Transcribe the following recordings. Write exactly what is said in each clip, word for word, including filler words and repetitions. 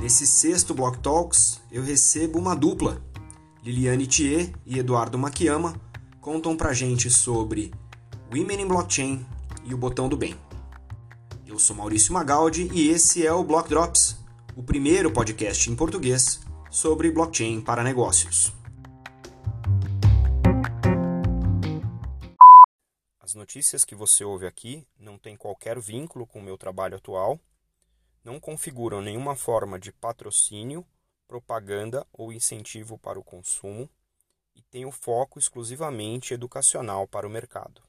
Nesse sexto Block Talks, eu recebo uma dupla. Liliane Thier e Eduardo Makiyama contam pra gente sobre Women in Blockchain e o botão do bem. Eu sou Maurício Magaldi e esse é o Block Drops, o primeiro podcast em português sobre blockchain para negócios. As notícias que você ouve aqui não têm qualquer vínculo com o meu trabalho atual, não configuram nenhuma forma de patrocínio, propaganda ou incentivo para o consumo e têm o foco exclusivamente educacional para o mercado.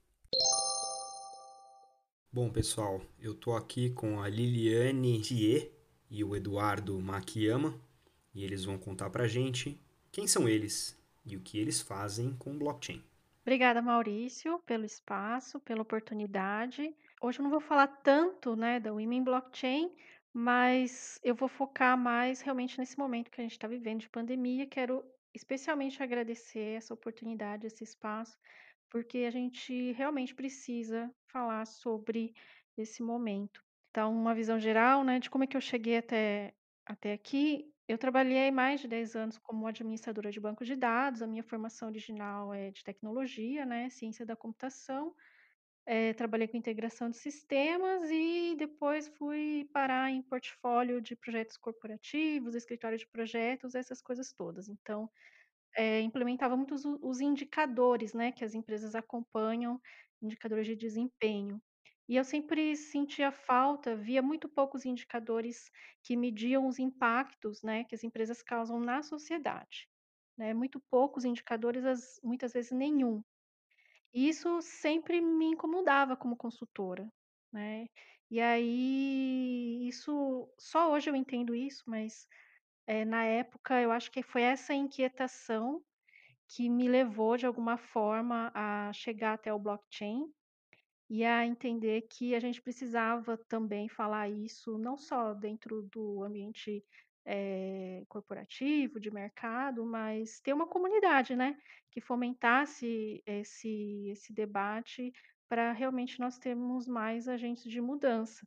Bom, pessoal, eu estou aqui com a Liliane Thier e o Eduardo Makiyama e eles vão contar para a gente quem são eles e o que eles fazem com blockchain. Obrigada, Maurício, pelo espaço, pela oportunidade. Hoje eu não vou falar tanto, né, da Women in Blockchain, mas eu vou focar mais realmente nesse momento que a gente está vivendo de pandemia. Quero especialmente agradecer essa oportunidade, esse espaço, porque a gente realmente precisa falar sobre esse momento. Então, uma visão geral, né, de como é que eu cheguei até, até aqui. Eu trabalhei mais de dez anos como administradora de banco de dados. A minha formação original é de tecnologia, né, ciência da computação. Eh, trabalhei com integração de sistemas e depois fui parar em portfólio de projetos corporativos, escritório de projetos, essas coisas todas. Então, eh, implementava muitos o os indicadores, né, que as empresas acompanham, indicadores de desempenho. E eu sempre sentia falta, via muito poucos indicadores que mediam os impactos, né, que as empresas causam na sociedade, né, muito poucos indicadores, às muitas vezes nenhum. E isso sempre me incomodava como consultora, né. E aí, isso só hoje eu entendo isso, mas, eh, na época eu acho que foi essa inquietação que me levou de alguma forma a chegar até o blockchain e a entender que a gente precisava também falar isso não só dentro do ambiente, eh, corporativo, de mercado, mas ter uma comunidade, né, que fomentasse esse esse debate para realmente nós termos mais agentes de mudança.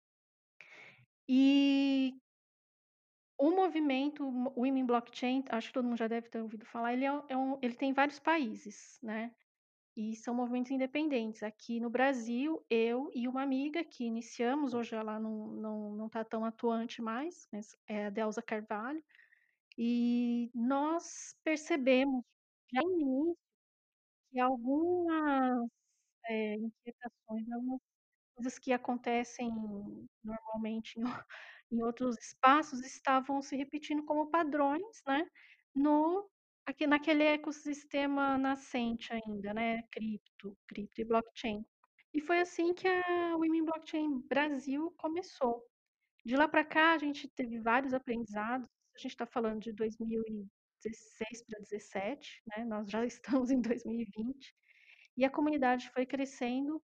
E o movimento Mo Women in Blockchain, acho que todo mundo já deve ter ouvido falar, ele é um é um ele tem vários países, né, e são movimentos independentes. Aqui no Brasil, eu e uma amiga que iniciamos, hoje ela não não não está tão atuante mais, mas é a Delza Carvalho, e nós percebemos já no início que algumas, eh, inquietações, algumas coisas que acontecem normalmente em o em outros espaços estavam se repetindo como padrões, né, no aqui naquele ecossistema nascente ainda, né, cripto, cripto e blockchain. E foi assim que a Women in Blockchain Brasil começou. De lá para cá, a gente teve vários aprendizados. A gente está falando de dois mil e dezesseis para dezessete, né, nós já estamos em dois mil e vinte, e a comunidade foi crescendo,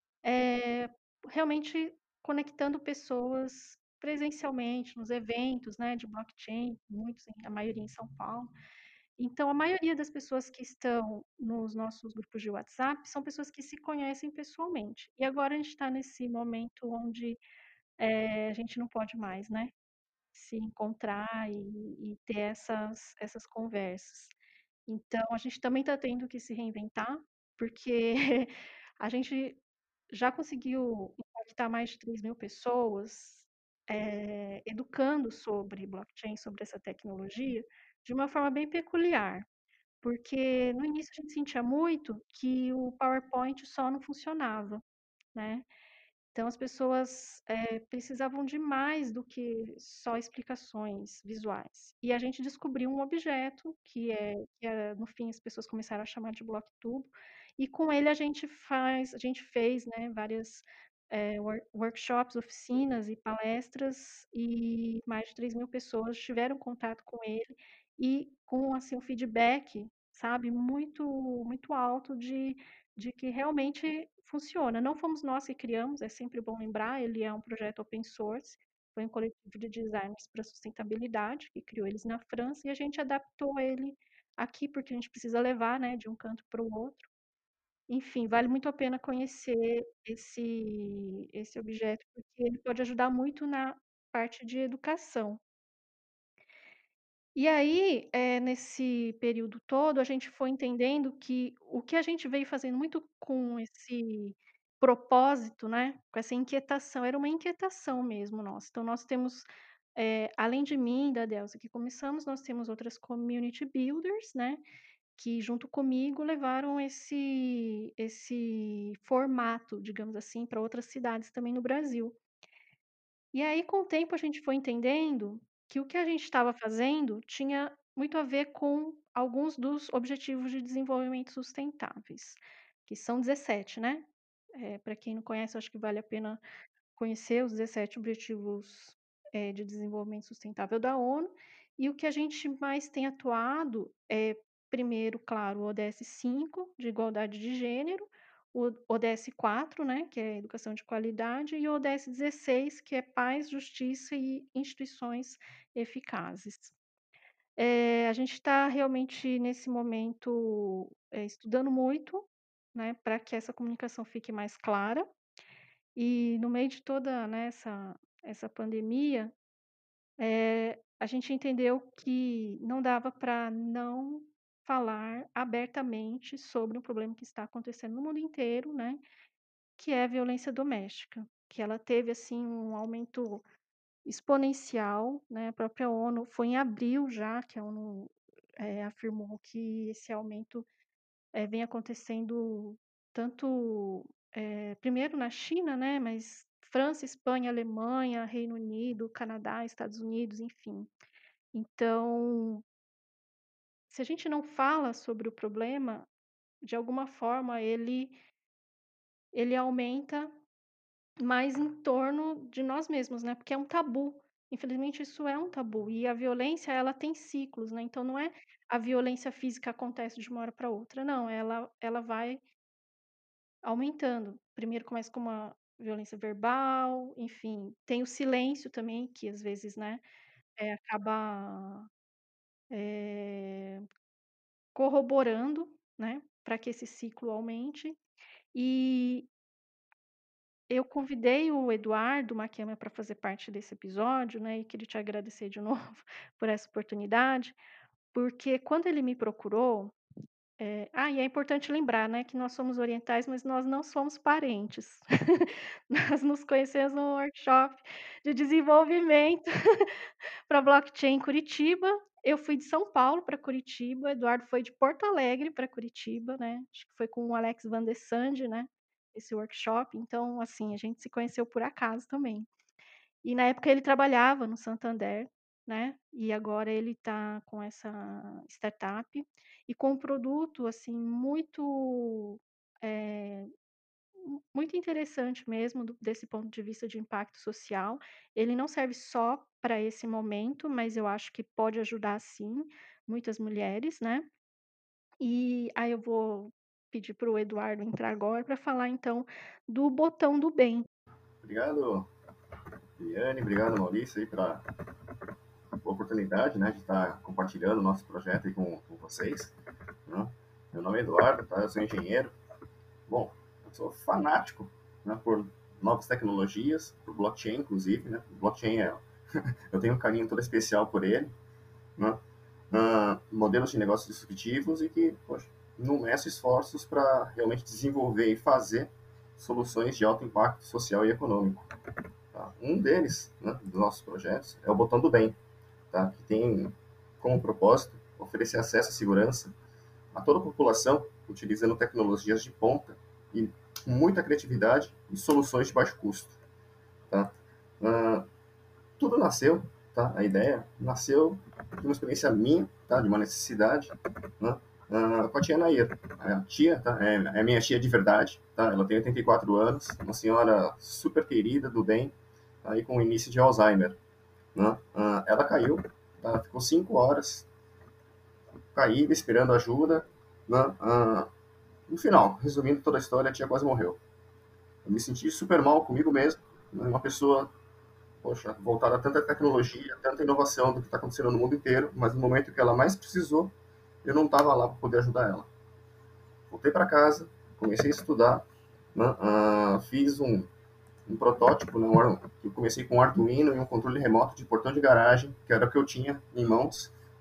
eh, realmente conectando pessoas presencialmente nos eventos, né, de blockchain, muitos em a maioria em São Paulo. Então a maioria das pessoas que estão nos nossos grupos de WhatsApp são pessoas que se conhecem pessoalmente. E agora a gente está nesse momento onde, eh, a gente não pode mais, né, se encontrar e e ter essas essas conversas. Então a gente também está tendo que se reinventar, porque a gente já conseguiu impactar mais de três mil pessoas, eh, educando sobre blockchain, sobre essa tecnologia, de uma forma bem peculiar, porque no início a gente sentia muito que o PowerPoint só não funcionava, né. Então as pessoas, eh, precisavam de mais do que só explicações visuais. E a gente descobriu um objeto que é que é no fim as pessoas começaram a chamar de bloco tubo, e com ele a gente faz a gente fez, né, várias, eh, wor workshops, oficinas e palestras, e mais de três mil pessoas tiveram contato com ele, e com, assim, um feedback, sabe, muito muito alto de de que realmente funciona. Não fomos nós que criamos, é sempre bom lembrar, ele é um projeto open source, foi um coletivo de designers para sustentabilidade, que criou eles na França, e a gente adaptou ele aqui, porque a gente precisa levar, né, de um canto para o outro. Enfim, vale muito a pena conhecer esse esse objeto, porque ele pode ajudar muito na parte de educação. E aí, eh, nesse período todo, a gente foi entendendo que o que a gente veio fazendo muito com esse propósito, né, com essa inquietação, era uma inquietação mesmo nossa. Então nós temos, eh, além de mim e da Delsa que começamos, nós temos outras community builders, né, que junto comigo levaram esse esse formato, digamos assim, para outras cidades também no Brasil. E aí, com o tempo, a gente foi entendendo que o que a gente estava fazendo tinha muito a ver com alguns dos Objetivos de Desenvolvimento Sustentáveis, que são dezessete, né. Eh, pra quem não conhece, eu acho que vale a pena conhecer os dezessete Objetivos, eh, de Desenvolvimento Sustentável da ONU, e o que a gente mais tem atuado é, primeiro, claro, o O D S cinco, de igualdade de gênero, o O D S quatro, né, que é educação de qualidade, e o O D S dezesseis, que é paz, justiça e instituições eficazes. Eh, a gente tá realmente nesse momento, eh, estudando muito, né, pra que essa comunicação fique mais clara. E no meio de toda, né, essa essa pandemia, eh, a gente entendeu que não dava pra não falar abertamente sobre um problema que está acontecendo no mundo inteiro, né, que é a violência doméstica, que ela teve, assim, um aumento exponencial, né, a própria ONU foi em abril já que a ONU, eh, afirmou que esse aumento, eh, vem acontecendo tanto, eh, primeiro na China, né, mas França, Espanha, Alemanha, Reino Unido, Canadá, Estados Unidos, enfim. Então se a gente não fala sobre o problema, de alguma forma ele ele aumenta mais em torno de nós mesmos, né, porque é um tabu. Infelizmente isso é um tabu, e a violência ela tem ciclos, né, então não é a violência física acontece de uma hora pra outra, não, ela ela vai aumentando. Primeiro começa com uma violência verbal, enfim, tem o silêncio também que às vezes, né, eh, acaba, eh, corroborando, né, pra que esse ciclo aumente. E eu convidei o Eduardo Makiyama pra fazer parte desse episódio, né, e queria te agradecer de novo por essa oportunidade, porque quando ele me procurou, eh ah, e é importante lembrar, né, que nós somos orientais, mas nós não somos parentes. Nós nos conhecemos num workshop de desenvolvimento pra blockchain em Curitiba. Eu fui de São Paulo pra Curitiba, Eduardo foi de Porto Alegre pra Curitiba, né, acho que foi com o Alex Van de Sande, né, esse workshop, então, assim, a gente se conheceu por acaso também. E na época ele trabalhava no Santander, né, e agora ele tá com essa startup, e com um produto, assim, muito, eh, mu muito interessante mesmo do desse ponto de vista de impacto social. Ele não serve só pra esse momento, mas eu acho que pode ajudar sim, muitas mulheres, né. E aí eu vou pedir para o Eduardo entrar agora pra falar então do Botão do Bem. Obrigado, Liane, obrigado, Maurício, aí, pela oportunidade, né, de estar compartilhando o nosso projeto aí com, com vocês, né. Meu nome é Eduardo, tá? Eu sou engenheiro. Bom, eu sou fanático, né, por novas tecnologias, por blockchain, inclusive, né. Blockchain é, eu tenho um carinho todo especial por ele, né. Uh, modelos de negócios disruptivos e que, poxa, não meço esforços para realmente desenvolver e fazer soluções de alto impacto social e econômico. Tá? Um deles, né, dos nossos projetos, é o Botão do Bem, tá? Que tem como propósito oferecer acesso à segurança a toda a população, utilizando tecnologias de ponta e muita criatividade e soluções de baixo custo. Tá? Uh, tudo nasceu, tá? A ideia nasceu de uma experiência minha, tá? De uma necessidade, né? Uh, com a tia Nair. A tia, tá? É, é minha tia de verdade, tá? Ela tem oitenta e quatro anos, uma senhora super querida, do bem, aí com o início de Alzheimer, né? Uh, ela caiu, tá? Ficou cinco horas caída, esperando ajuda, né? Uh, no final, resumindo toda a história, a tia quase morreu. Eu me senti super mal comigo mesmo, né? Uma pessoa, poxa, voltada a tanta tecnologia, tanta inovação do que está acontecendo no mundo inteiro, mas no momento que ela mais precisou, eu não estava lá para poder ajudar ela. Voltei para casa, comecei a estudar, né? uh, fiz um, um protótipo, né? um, eu comecei com um Arduino e um controle remoto de portão de garagem, que era o que eu tinha em mãos,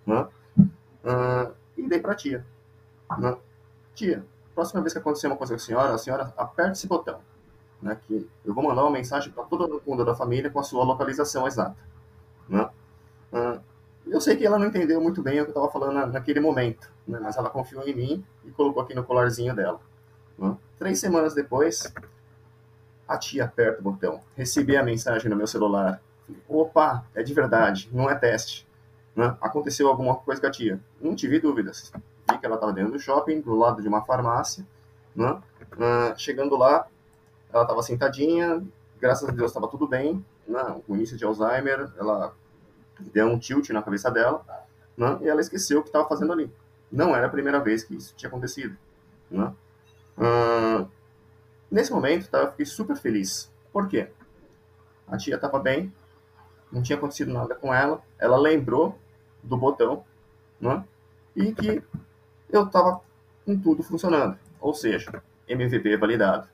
né? Uh, e dei para a tia, né? Tia, próxima vez que acontecer uma coisa com a senhora, a senhora aperta esse botão, né? Que eu vou mandar uma mensagem para todo mundo da família com a sua localização exata, né? Uh, eu sei que ela não entendeu muito bem o que eu estava falando na, naquele momento, né? Mas ela confiou em mim e colocou aqui no colarzinho dela, né? Três semanas depois, a tia aperta o botão, recebi a mensagem no meu celular. Opa, é de verdade, não é teste, né? Aconteceu alguma coisa com a tia. Não tive dúvidas. Vi que ela estava dentro do shopping, do lado de uma farmácia, né? Uh, chegando lá, ela estava sentadinha, graças a Deus estava tudo bem, né? O início de Alzheimer, ela deu um tilt na cabeça dela, né? E ela esqueceu o que estava fazendo ali. Não era a primeira vez que isso tinha acontecido, né? Uh, nesse momento, tá, eu fiquei super feliz. Por quê? A tia estava bem, não tinha acontecido nada com ela, ela lembrou do botão, né? E que eu estava com tudo funcionando, ou seja, M V P validado.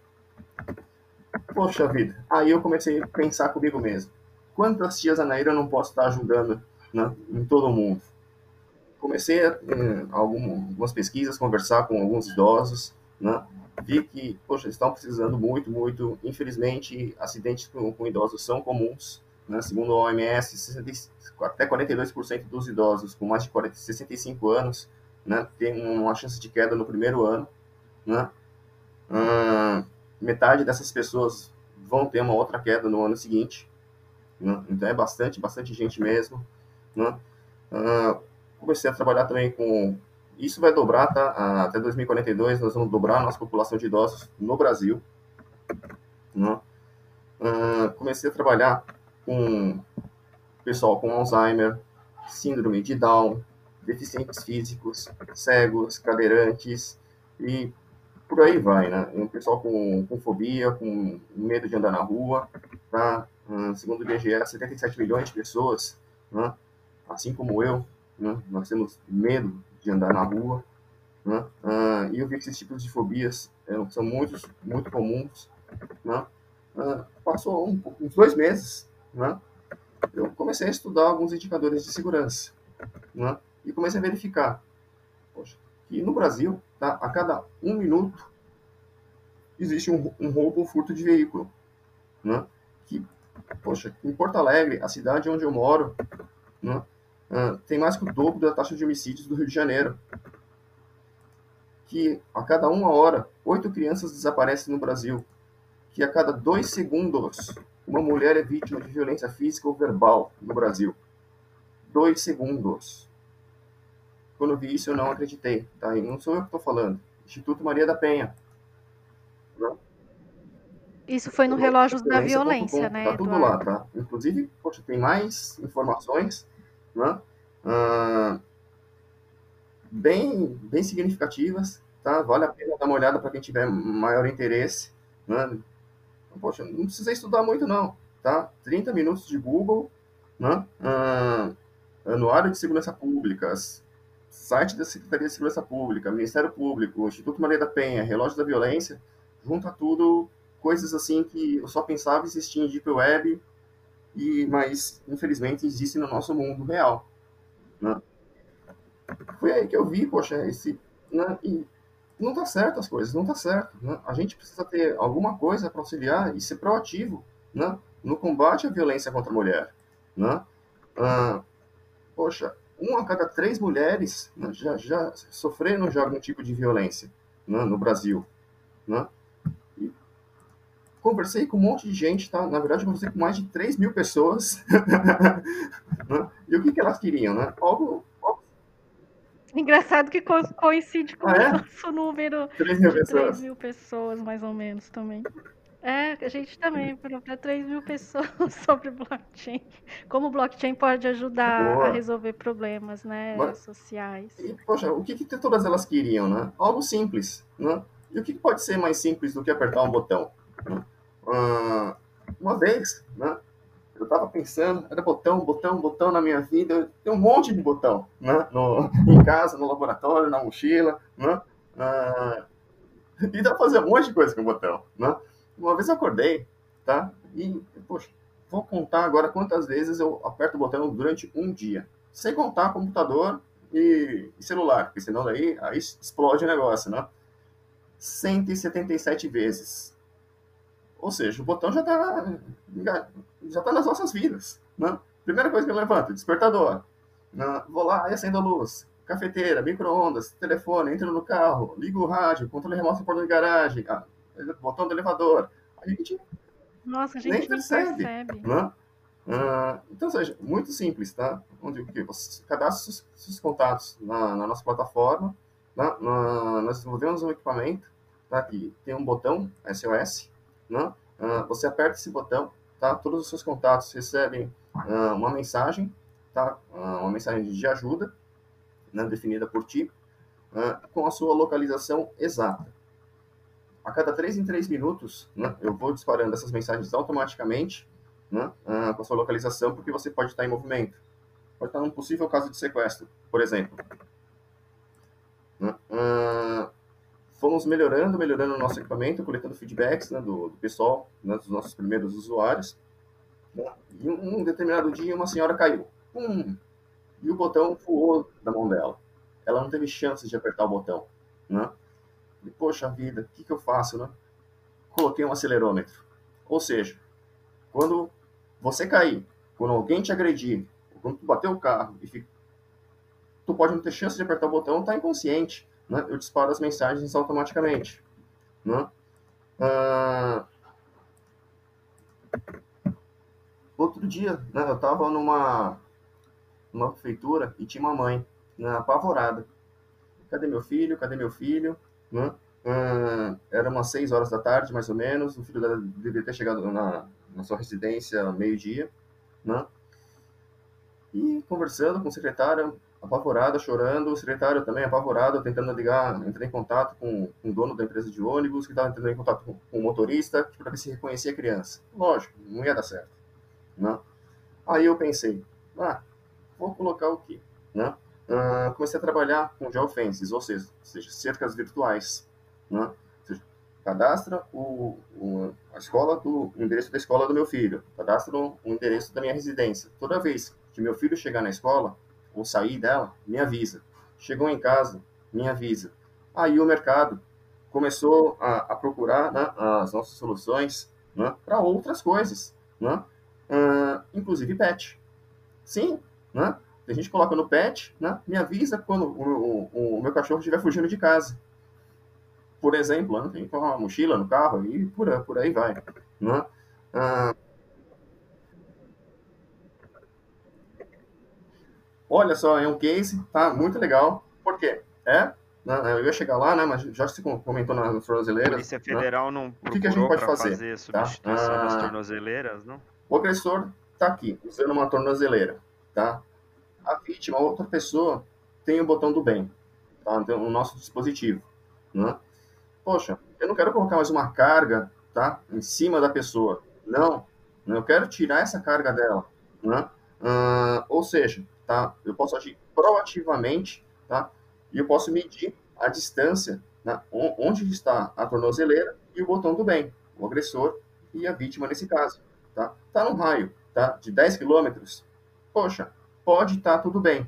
Poxa vida, aí eu comecei a pensar comigo mesmo, quantas tias Anaíra eu não posso estar ajudando, né, em todo mundo? Comecei a, em algumas pesquisas, conversar com alguns idosos, né? Vi que, poxa, eles estão precisando muito, muito. Infelizmente, acidentes com, com idosos são comuns, né? Segundo a O M S, sessenta, até quarenta e dois por cento dos idosos com mais de quarenta, sessenta e cinco anos, né, tem uma chance de queda no primeiro ano, né? Hum, metade dessas pessoas vão ter uma outra queda no ano seguinte, né? Então é bastante, bastante gente mesmo, né? Hum, comecei a trabalhar também com... Isso vai dobrar, tá? Até dois mil e quarenta e dois nós vamos dobrar a nossa população de idosos no Brasil, né? Uh, comecei a trabalhar com pessoal com Alzheimer, síndrome de Down, deficientes físicos, cegos, cadeirantes e por aí vai, né? Um pessoal com, com fobia, com medo de andar na rua, tá? Uh, segundo o I B G E, setenta e sete milhões de pessoas, né? Assim como eu, né? Nós temos medo de andar na rua, né? Uh, e eu vi que esses tipos de fobias é, são muito, muito comuns, né? Uh, passou um, uns dois meses, né? Eu comecei a estudar alguns indicadores de segurança, né? E comecei a verificar, poxa, que no Brasil, tá? A cada um minuto existe um, um roubo ou furto de veículo, né? Que, poxa, em Porto Alegre, a cidade onde eu moro, né? Uh, tem mais que o dobro da taxa de homicídios do Rio de Janeiro. Que a cada uma hora, oito crianças desaparecem no Brasil. Que a cada dois segundos, uma mulher é vítima de violência física ou verbal no Brasil. Dois segundos. Quando eu vi isso, eu não acreditei. Tá? E não sou eu que estou falando. Instituto Maria da Penha. Né? Isso foi no Relógios da Violência, né, Tá tudo lá, tá? Inclusive, poxa, tem mais informações, né? Ah, bem, bem significativas, tá? Vale a pena dar uma olhada para quem tiver maior interesse, né? Poxa, não precisa estudar muito não, tá? trinta minutos de Google, né? Ah, Anuário de Segurança Pública, site da Secretaria de Segurança Pública, Ministério Público, Instituto Maria da Penha, Relógio da Violência, junta tudo, coisas assim que eu só pensava existir em Deep Web, e, mas infelizmente existe no nosso mundo real, né? Foi aí que eu vi, poxa, esse... Né? E não tá certo as coisas, não tá certo, né? A gente precisa ter alguma coisa para auxiliar e ser proativo, né? No combate à violência contra a mulher, né? Ah, poxa, uma a cada três mulheres, né, já, já sofreram já algum tipo de violência, né, no Brasil, né? E conversei com um monte de gente, tá? Na verdade, conversei com mais de três mil pessoas, né? E o que, que elas queriam, né? Algo... Engraçado que coincide com ah, é? o nosso número três mil de pessoas. três mil pessoas, mais ou menos, também. É, a gente também falou para três mil pessoas sobre blockchain. Como o blockchain pode ajudar Boa. a resolver problemas, né, Mas, sociais. e, poxa, o que, que todas elas queriam, né? Algo simples, né? E o que, que pode ser mais simples do que apertar um botão? Né? Ah, uma vez, né? Eu tava pensando, era botão, botão, botão na minha vida, tem um monte de botão, né? No, em casa, no laboratório, na mochila, né? Ah, e dá pra fazer um monte de coisa com o botão, né? Uma vez eu acordei, tá? E, poxa, vou contar agora quantas vezes eu aperto o botão durante um dia. sem contar computador e, e celular, porque senão daí aí explode o negócio, né? cento e setenta e sete vezes. Ou seja, o botão já está já tá nas nossas vidas, né? Primeira coisa que eu levanto, despertador. Né? Vou lá e acendo a luz. Cafeteira, micro-ondas, telefone, entro no carro, ligo o rádio, controle remoto do porta de garagem, ah, botão do elevador. A gente Nossa, a nem gente nem percebe, percebe. né? Uh, então, seja, muito simples, tá? Onde o que? Você cadastra seus, seus contatos na, na nossa plataforma, né? na, nós desenvolvemos um equipamento, tá? Que tem um botão S O S, né? Uh, você aperta esse botão, tá? Todos os seus contatos recebem uh, uma mensagem, tá? Uh, uma mensagem de ajuda, né? Definida por ti, uh, com a sua localização exata. A cada três em três minutos, né, eu vou disparando essas mensagens automaticamente, né, uh, com a sua localização, porque você pode estar em movimento. Pode estar num possível caso de sequestro, por exemplo. Né, uh, fomos melhorando, melhorando o nosso equipamento, coletando feedbacks, né, do, do pessoal, né, dos nossos primeiros usuários. Né, e um, um determinado dia, uma senhora caiu. Hum, e o botão voou da mão dela. Ela não teve chance de apertar o botão. Né? E, poxa vida, o que, que eu faço, né? Coloquei um acelerômetro. Ou seja, quando você cair, quando alguém te agredir, quando tu bater o carro e fica, tu pode não ter chance de apertar o botão, tá inconsciente, né? Eu disparo as mensagens automaticamente, né? Ah, outro dia, né, eu tava numa, numa prefeitura e tinha uma mãe, né, apavorada. Cadê meu filho? Cadê meu filho? Né? Ah, era umas seis horas da tarde, mais ou menos. O filho dela deveria ter chegado na, na sua residência meio-dia, né? E conversando com o secretário, apavorada, chorando, o secretário também apavorado, tentando ligar, entrar em contato com, com o dono da empresa de ônibus, que estava entrando em contato com, com o motorista, para ver se reconhecia a criança. Lógico, não ia dar certo, né? Aí eu pensei, ah, vou colocar o quê? Né? Uh, comecei a trabalhar com geofences, ou seja, ou seja cercas virtuais. Né? Ou seja, cadastra o, o, a escola do, o endereço da escola do meu filho, cadastra o, o endereço da minha residência. Toda vez que meu filho chegar na escola, ou sair dela, me avisa. Chegou em casa, me avisa. Aí o mercado começou a, a procurar, né, as nossas soluções, né, para outras coisas, né? Uh, inclusive pet. Sim, né? A gente coloca no pet, né? Me avisa quando o, o, o meu cachorro estiver fugindo de casa. Por exemplo, né? Tem uma mochila no carro e por, por aí vai. Né? Ah, olha só, é um case, tá? Muito legal. Por quê? É, né? Eu ia chegar lá, né? Mas já se comentou nas tornozeleiras. A Polícia né? Federal não O que, que a gente procurou pode para fazer? fazer a Tá? substituição das Ah, tornozeleiras, não? o agressor está aqui, usando uma tornozeleira, tá? A vítima, outra pessoa, tem o botão do bem, tá? Então, o nosso dispositivo, né? Poxa, eu não quero colocar mais uma carga, tá? Em cima da pessoa. Não, eu quero tirar essa carga dela, né? Ah, ou seja, tá? Eu posso agir proativamente, tá? E eu posso medir a distância, né? Onde está a tornozeleira e o botão do bem, o agressor e a vítima nesse caso, tá? Tá num raio, tá? De dez quilômetros. Poxa, pode estar tudo bem.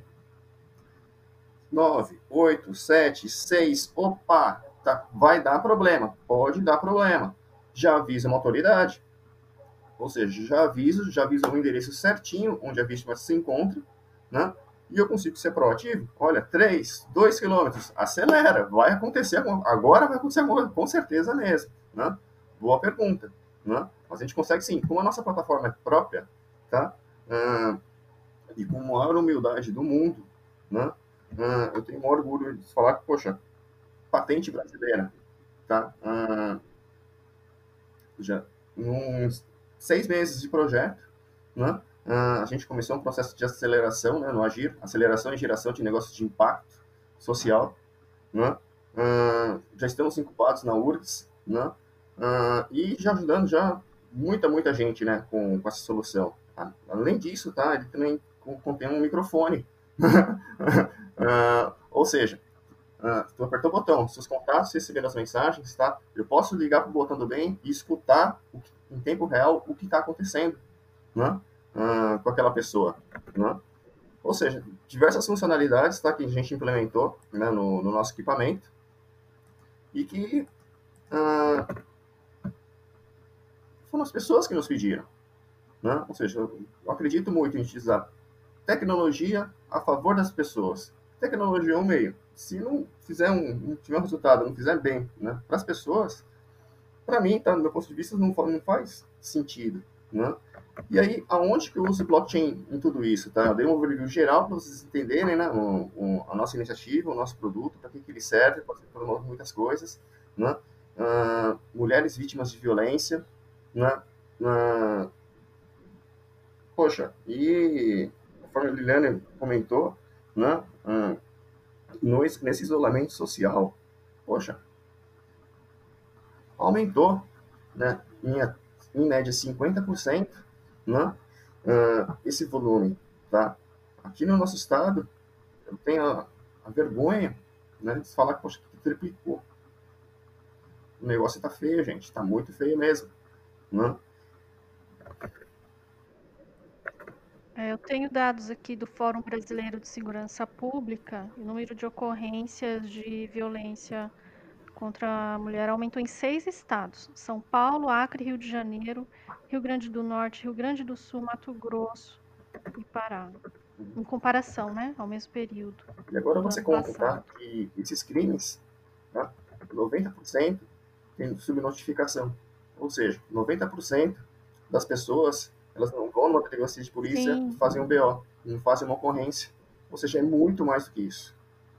nove, oito, sete, seis, opa, tá, vai dar problema, pode dar problema. Já avisa uma autoridade, ou seja, já aviso, já aviso o endereço certinho onde a vítima se encontra, né? E eu consigo ser proativo. Olha, três, dois quilômetros, acelera, vai acontecer, agora vai acontecer com certeza mesmo, né? Boa pergunta, né? Mas a gente consegue sim, como a nossa plataforma é própria, tá? Ah, e com a maior humildade do mundo, né? Ah, eu tenho um orgulho de falar que, poxa, patente brasileira, tá? Ah, já uns seis meses de projeto, né? Ah, a gente começou um processo de aceleração, né, no Agir, aceleração e geração de negócios de impacto social, né? Ah, já estamos incubados na U R G S, né? Ah, e já ajudando já muita, muita gente, né, com, com essa solução. Além disso, tá? Ele também contém um microfone. uh, ou seja, uh, tu apertou o botão, seus contatos recebendo as mensagens, tá? Eu posso ligar para o botão do bem e escutar o que, em tempo real o que está acontecendo, né? Uh, com aquela pessoa, né? Ou seja, diversas funcionalidades, tá, que a gente implementou, né, no, no nosso equipamento e que ah, foram as pessoas que nos pediram. Né? Ou seja, eu acredito muito em utilizar tecnologia a favor das pessoas. Tecnologia é um meio. Se não fizer um, não tiver um resultado, não fizer bem, né, para as pessoas, para mim, tá, do meu ponto de vista, não, não faz sentido. Né? E aí, aonde que eu uso blockchain em tudo isso? Tá? Eu dei um overview geral para vocês entenderem, né, o, o, a nossa iniciativa, o nosso produto, para que, que ele serve, pode ser para muitas coisas. Né? Uh, mulheres vítimas de violência, né? Uh, poxa, e conforme a Liliane comentou, né, uh, no, nesse isolamento social, poxa, aumentou, né, em, em média cinquenta por cento, né, uh, esse volume, tá? Aqui no nosso estado, eu tenho a, a vergonha, né, de falar que, poxa, que triplicou. O negócio tá feio, gente, tá muito feio mesmo, né? É, eu tenho dados aqui do Fórum Brasileiro de Segurança Pública, e o número de ocorrências de violência contra a mulher aumentou em seis estados: São Paulo, Acre, Rio de Janeiro, Rio Grande do Norte, Rio Grande do Sul, Mato Grosso e Pará. Em comparação, né, ao mesmo período E agora do você ano conta, tá, passado. que esses crimes, tá, noventa por cento tem subnotificação. Ou seja, noventa por cento das pessoas, elas não vão numa delegacia de polícia e Sim, fazem um B O, não fazem uma ocorrência. Ou seja, é muito mais do que isso.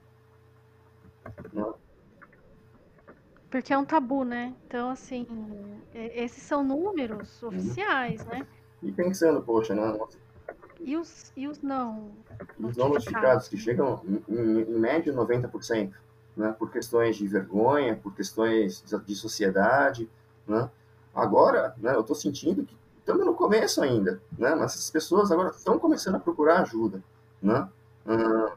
Né? porque é um tabu, né? Então, assim, e- esses são números Uhum. oficiais, né? E pensando, poxa, né, nossa, E os, e os não os não notificados, notificados, que né? chegam em, em, em média noventa por cento, né, por questões de vergonha, por questões de, de sociedade, né? Agora, né, eu estou sentindo que estamos no começo ainda, né, mas essas pessoas agora estão começando a procurar ajuda, né? Ah,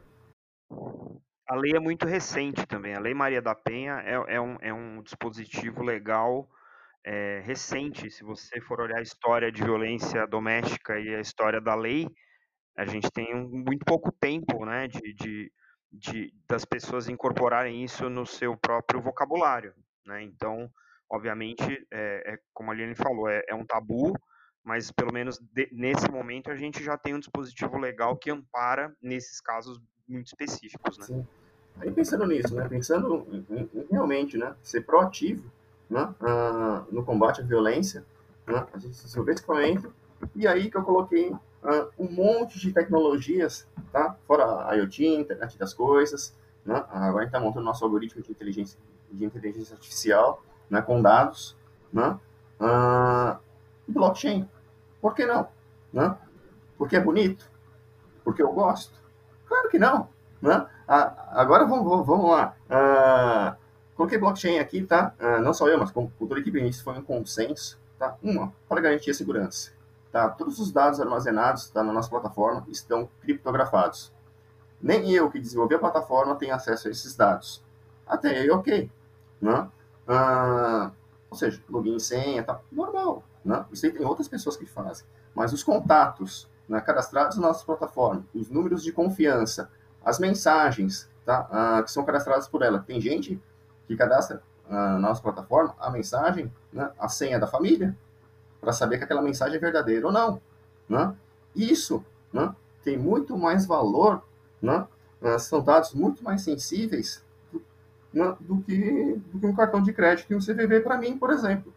A lei é muito recente também. A Lei Maria da Penha é, é um, é um dispositivo legal é, recente. Se você for olhar a história de violência doméstica e a história da lei, a gente tem um, muito pouco tempo, né, de, de, de, das pessoas incorporarem isso no seu próprio vocabulário, né? Então, obviamente, é, é, como a Aline falou, é, é um tabu, mas pelo menos de, nesse momento a gente já tem um dispositivo legal que ampara nesses casos muito específicos, né? sim. Aí pensando nisso, né, pensando em, em, em realmente, né, ser proativo, né, ah, no combate à violência, né, a gente desenvolveu esse equipamento, e aí que eu coloquei ah, um monte de tecnologias, tá, fora a IoT, internet das coisas, né, agora a gente está montando nosso algoritmo de inteligência, de inteligência artificial, né, com dados, né, ah, blockchain, por que não, né, porque é bonito, porque eu gosto, claro que não, né? Ah, agora vamos, vamos lá. Ah, coloquei blockchain aqui, tá? Ah, não só eu, mas com toda a equipe, isso foi um consenso, tá? Uma, para garantir a segurança. Tá? Todos os dados armazenados tá, na nossa plataforma estão criptografados. Nem eu que desenvolvi a plataforma tenho acesso a esses dados. Até aí, ok. Né? Ah, ou seja, login e senha, tá normal. Né? Isso aí tem outras pessoas que fazem. Mas os contatos, né, cadastrados na nossa plataforma, os números de confiança, as mensagens, tá, ah, que são cadastradas por ela. Tem gente que cadastra ah, na nossa plataforma a mensagem, né, a senha da família, para saber que aquela mensagem é verdadeira ou não. Né? Isso, né, tem muito mais valor, né, são dados muito mais sensíveis do, né, do, que, do que um cartão de crédito e um C V V para mim, por exemplo.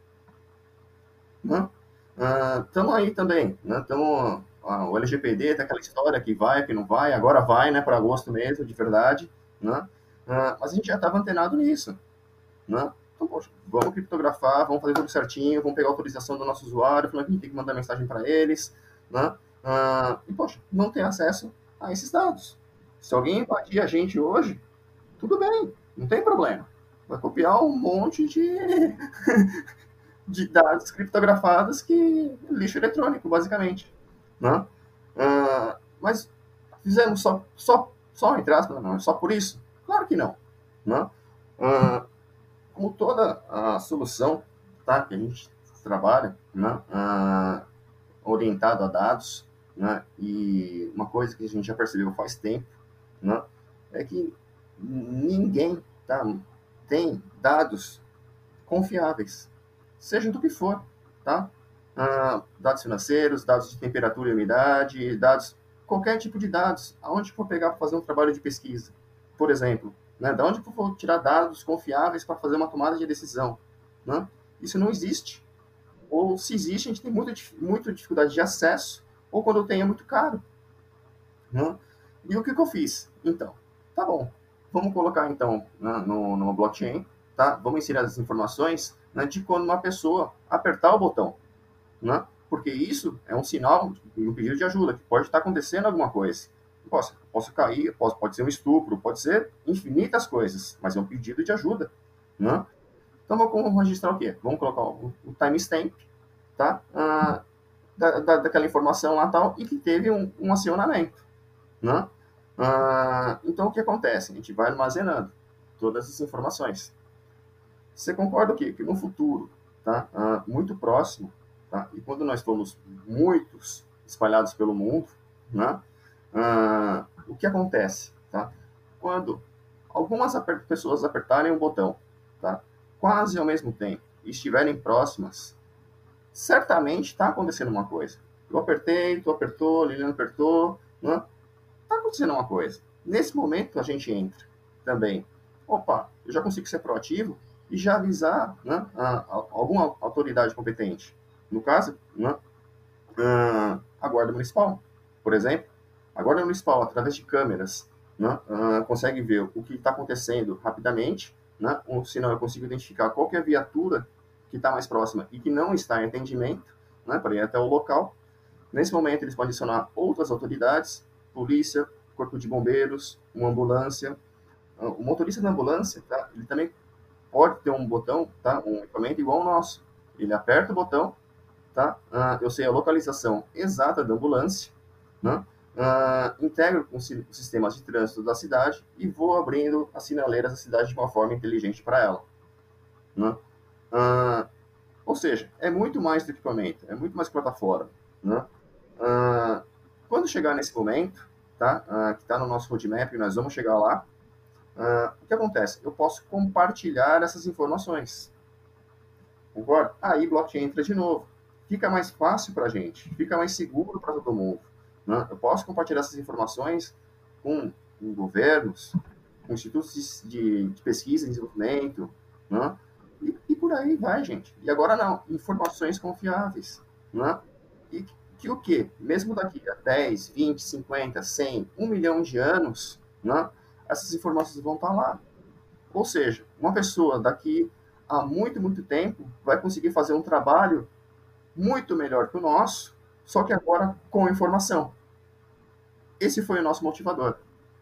Estamos uh, aí também, né? Tamo, uh, o L G P D tem aquela história que vai, que não vai, agora vai, né, para agosto mesmo, de verdade, né? Uh, mas a gente já estava antenado nisso, né? Então, poxa, vamos criptografar, vamos fazer tudo certinho, vamos pegar a autorização do nosso usuário, falando que a gente tem que mandar mensagem para eles, né? Uh, e, poxa, não tem acesso a esses dados. Se alguém invadir a gente hoje, tudo bem, não tem problema. Vai copiar um monte de de dados criptografados que lixo eletrônico, basicamente. Né? Uh, mas fizemos só, só, só, entre aspas, não, só por isso? Claro que não. Né? Uh, como toda a solução, tá, que a gente trabalha, né, uh, orientado a dados, né, e uma coisa que a gente já percebeu faz tempo, né, é que ninguém, tá, tem dados confiáveis, seja do que for, tá? Ah, dados financeiros, dados de temperatura e umidade, dados, qualquer tipo de dados, aonde for pegar para fazer um trabalho de pesquisa, por exemplo, né? Da onde eu vou tirar dados confiáveis para fazer uma tomada de decisão, né? Isso não existe. Ou se existe, a gente tem muita, muita dificuldade de acesso, ou quando tem é muito caro, né? E o que, que eu fiz? Então, tá bom, vamos colocar então, né, no, numa blockchain, tá? Vamos inserir as informações, né, de quando uma pessoa apertar o botão, né? Porque isso é um sinal de um pedido de ajuda, que pode estar acontecendo alguma coisa. Posso, posso cair, posso, pode ser um estupro, pode ser infinitas coisas, mas é um pedido de ajuda, né? Então vamos registrar o quê? Vamos colocar o, o timestamp, tá? Ah, da, da, daquela informação lá tal, e que teve um, um acionamento, né? Ah, então, o que acontece? A gente vai armazenando todas as informações. Você concorda que, que no futuro, tá? Ah, muito próximo, tá? E quando nós formos muitos espalhados pelo mundo, né? Ah, o que acontece, tá? Quando algumas aper pessoas apertarem o botão, tá? Quase ao mesmo tempo, e estiverem próximas, certamente está acontecendo uma coisa. Eu apertei, tu apertou, Liliana apertou, né? Está acontecendo uma coisa. Nesse momento, a gente entra também. Opa, eu já consigo ser proativo e já avisar, né, a, a, alguma autoridade competente. No caso, né, a, a Guarda Municipal, por exemplo. A Guarda Municipal, através de câmeras, né, a, consegue ver o que está acontecendo rapidamente, né, ou se não, eu consigo identificar qual que é a viatura que está mais próxima e que não está em atendimento, né, para ir até o local. Nesse momento, eles podem adicionar outras autoridades, polícia, corpo de bombeiros, uma ambulância. O motorista da ambulância, tá? Ele também pode ter um botão, tá? Um equipamento igual ao nosso. Ele aperta o botão, tá? Ah, eu sei a localização exata da ambulância, né? Ah, integro com os sistemas de trânsito da cidade e vou abrindo as sinaleiras da cidade de uma forma inteligente para ela, né? Ah, ou seja, é muito mais do equipamento, é muito mais plataforma, né? Ah, quando chegar nesse momento, tá? Ah, que está no nosso roadmap, e nós vamos chegar lá, ah, o que acontece? Eu posso compartilhar essas informações. Concorda? Aí blockchain entra de novo. Fica mais fácil para a gente, fica mais seguro para todo mundo, né? Eu posso compartilhar essas informações com, com governos, com institutos de, de pesquisa e desenvolvimento, né? E, e por aí vai, gente. E agora não, informações confiáveis, né? E que o quê? Mesmo daqui a dez, vinte, cinquenta, cem, um milhão de anos, né? Essas informações vão estar lá. Ou seja, uma pessoa daqui a muito, muito tempo vai conseguir fazer um trabalho muito melhor que o nosso, só que agora com informação. Esse foi o nosso motivador.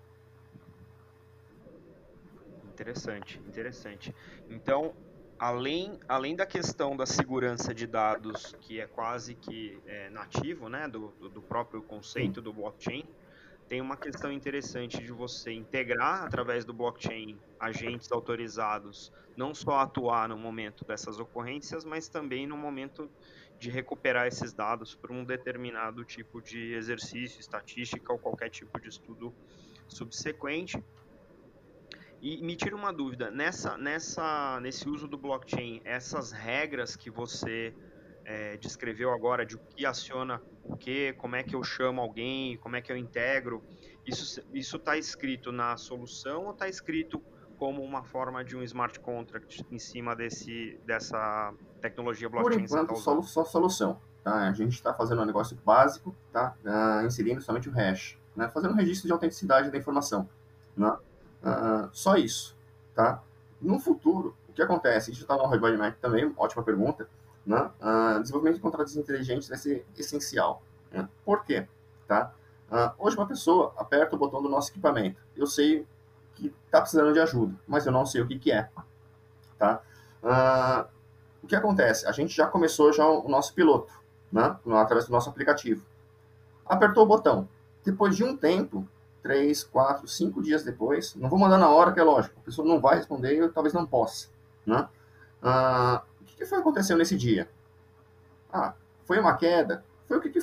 Interessante, interessante. Então, além, além da questão da segurança de dados, que é quase que é, nativo, né, do, do próprio conceito Sim. do blockchain, tem uma questão interessante de você integrar, através do blockchain, agentes autorizados, não só atuar no momento dessas ocorrências, mas também no momento de recuperar esses dados para um determinado tipo de exercício, estatística ou qualquer tipo de estudo subsequente. E me tira uma dúvida, nessa, nessa, nesse uso do blockchain, essas regras que você é, descreveu agora de o que aciona o que, como é que eu chamo alguém, como é que eu integro, isso isso está escrito na solução ou está escrito como uma forma de um smart contract em cima desse, dessa tecnologia blockchain? Por enquanto, só, só solução. Tá? A gente está fazendo um negócio básico, tá? Uh, inserindo somente o hash, né? Fazendo um registro de autenticidade da informação. Né? Uh, só isso. Tá? No futuro, o que acontece? A gente está no roadmap também, ótima pergunta. Né? Uh, desenvolvimento de contratos inteligentes vai ser essencial. Né? Por quê? Tá? Uh, hoje uma pessoa aperta o botão do nosso equipamento. Eu sei que está precisando de ajuda, mas eu não sei o que, que é. Tá? Uh, o que acontece? A gente já começou já o nosso piloto, né? Através do nosso aplicativo. Apertou o botão. Depois de um tempo, três, quatro, cinco dias depois, não vou mandar na hora, que é lógico, a pessoa não vai responder e eu talvez não possa. Né? Ah, o que foi acontecendo nesse dia? Ah, foi uma queda? Foi o que, que foi?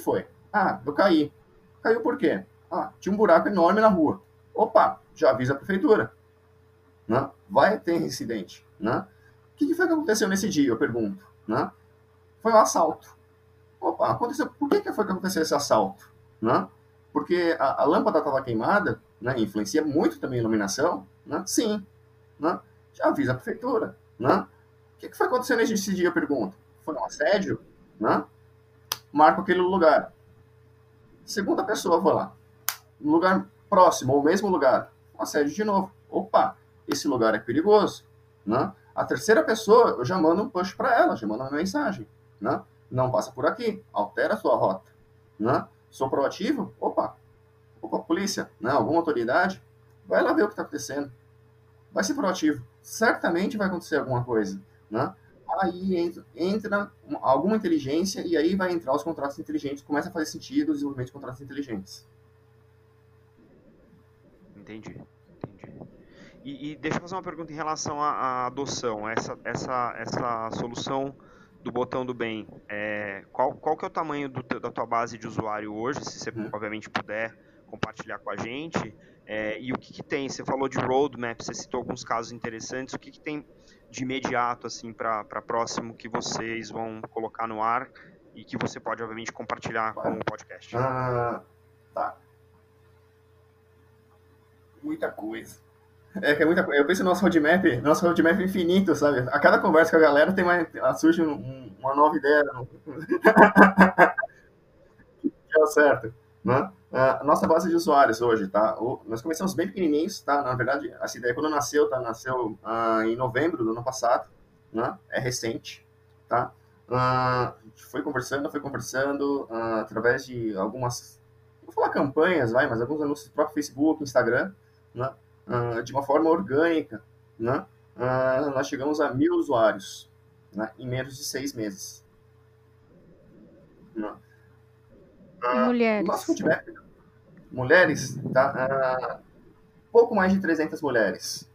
Ah, eu caí. Caiu por quê? Ah, tinha um buraco enorme na rua. Opa, já avisa a prefeitura. Né? Vai ter incidente. Né? O que foi que aconteceu nesse dia, eu pergunto? Né? Foi um assalto. Opa, aconteceu. Por que, que foi que aconteceu esse assalto? Né? Porque a, a lâmpada estava queimada, né? Influencia muito também a iluminação. Né? Sim. Né? Já avisa a prefeitura. Né? O que, que foi acontecendo nesse dia, eu pergunto? Foi um assédio? Né? Marco aquele lugar. Segunda pessoa vai lá. No lugar próximo, ou mesmo lugar, um assédio de novo. Opa, esse lugar é perigoso. Né? A terceira pessoa, eu já mando um push para ela, já mando uma mensagem. Né? Não passa por aqui, altera a sua rota. Né? Sou proativo? Opa, opa, polícia, né? Alguma autoridade, vai lá ver o que está acontecendo. Vai ser proativo. Certamente vai acontecer alguma coisa. Né? Aí entra, entra alguma inteligência e aí vai entrar os contratos inteligentes, começa a fazer sentido o desenvolvimento de contratos inteligentes. Entendi, entendi. E, e deixa eu fazer uma pergunta em relação à, à adoção. Essa, essa, essa solução do botão do bem, é, qual, qual que é o tamanho do, da tua base de usuário hoje, se você Uhum. obviamente puder compartilhar com a gente, é, e o que, que tem? Você falou de roadmap, você citou alguns casos interessantes, o que, que tem de imediato assim para próximo que vocês vão colocar no ar e que você pode obviamente compartilhar com o podcast? Ah, tá. Muita coisa. É que é muita coisa. Eu penso no nosso roadmap, nosso roadmap é infinito, sabe? A cada conversa com a galera tem uma, surge um, um, uma nova ideia. Que é o certo, né? A nossa base de usuários hoje, tá? O, nós começamos bem pequenininhos, tá? Na verdade, essa ideia quando nasceu, tá? Nasceu ah, em novembro do ano passado, né? É recente, tá? Ah, a gente foi conversando, foi conversando ah, através de algumas, vou falar campanhas, vai, mas alguns anúncios do próprio Facebook, Instagram, né? Ah, de uma forma orgânica, né? Ah, nós chegamos a mil usuários, né? Em menos de seis meses, né? E Ah, nosso mulheres? feedback, mulheres, tá? Ah, pouco mais de trezentas mulheres,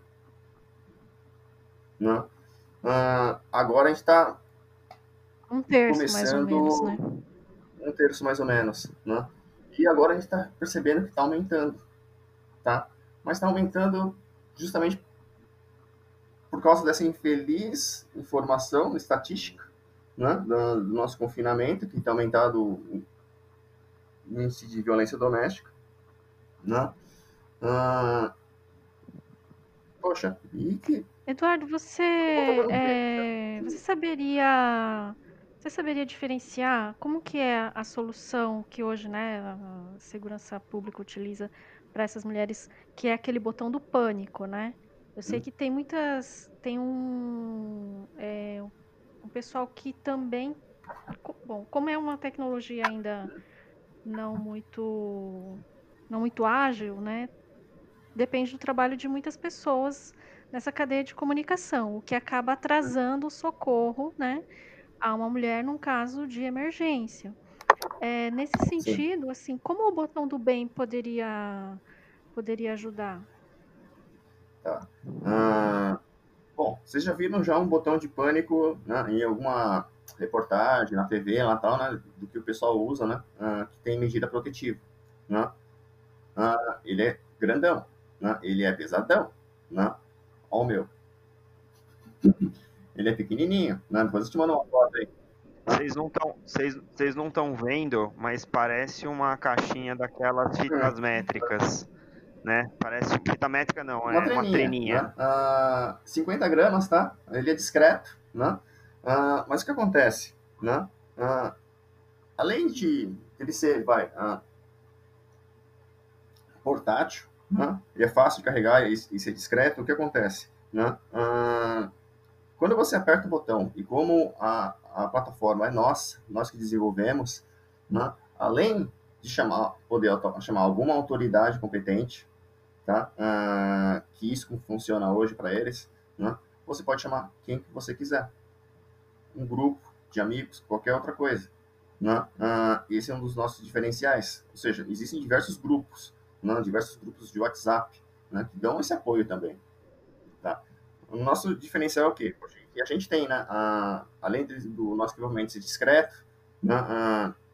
né? Ah, agora a gente está Um terço, mais ou menos, né? começando um terço mais ou menos, né? E agora a gente está percebendo que está aumentando, tá? Mas está aumentando justamente por causa dessa infeliz informação estatística, né? Do, do nosso confinamento, que tem aumentado o índice de violência doméstica, né? Ah, poxa, e que Eduardo, você, eu tô fazendo é, você saberia, você saberia diferenciar como que é a solução que hoje, né, a segurança pública utiliza para essas mulheres, que é aquele botão do pânico, né? Eu sei que tem muitas, tem um, é, um pessoal que também, co- bom, como é uma tecnologia ainda não muito, não muito ágil, né? Depende do trabalho de muitas pessoas nessa cadeia de comunicação, o que acaba atrasando o socorro, né, a uma mulher num caso de emergência. É, nesse sim, sentido, assim, como o botão do bem poderia poderia ajudar? tá. Ah, bom, vocês já viram já um botão de pânico, né, em alguma reportagem na T V lá tal, né, do que o pessoal usa, né, ah, que tem medida protetiva, né? Ah, ele é grandão, né? Ele é pesadão, né? Ó o meu, ele é pequenininho, né? Depois eu te mando uma foto aí. Né? Vocês não estão, vocês, vocês não estão vendo, mas parece uma caixinha daquelas Hum, fitas métricas, né? Parece fita métrica não, uma é uma treninha, treninha. né? Ah, cinquenta gramas, tá? Ele é discreto, né? Ah, mas o que acontece, né? Ah, além de ele ser, vai, ah, portátil, né? Ele é fácil de carregar e, e ser discreto, o que acontece, né? Ah, quando você aperta o botão e como a, a plataforma é nossa, nós que desenvolvemos, né? Além de chamar, poder chamar alguma autoridade competente, tá? Ah, que isso funciona hoje para eles, né? Você pode chamar quem que você quiser, um grupo de amigos, qualquer outra coisa, né? Ah, esse é um dos nossos diferenciais, ou seja, existem diversos grupos, né? Diversos grupos de WhatsApp, né? Que dão esse apoio também, tá? O nosso diferencial é o quê? E a gente tem, né? A, além do nosso equipamento ser discreto, né? A,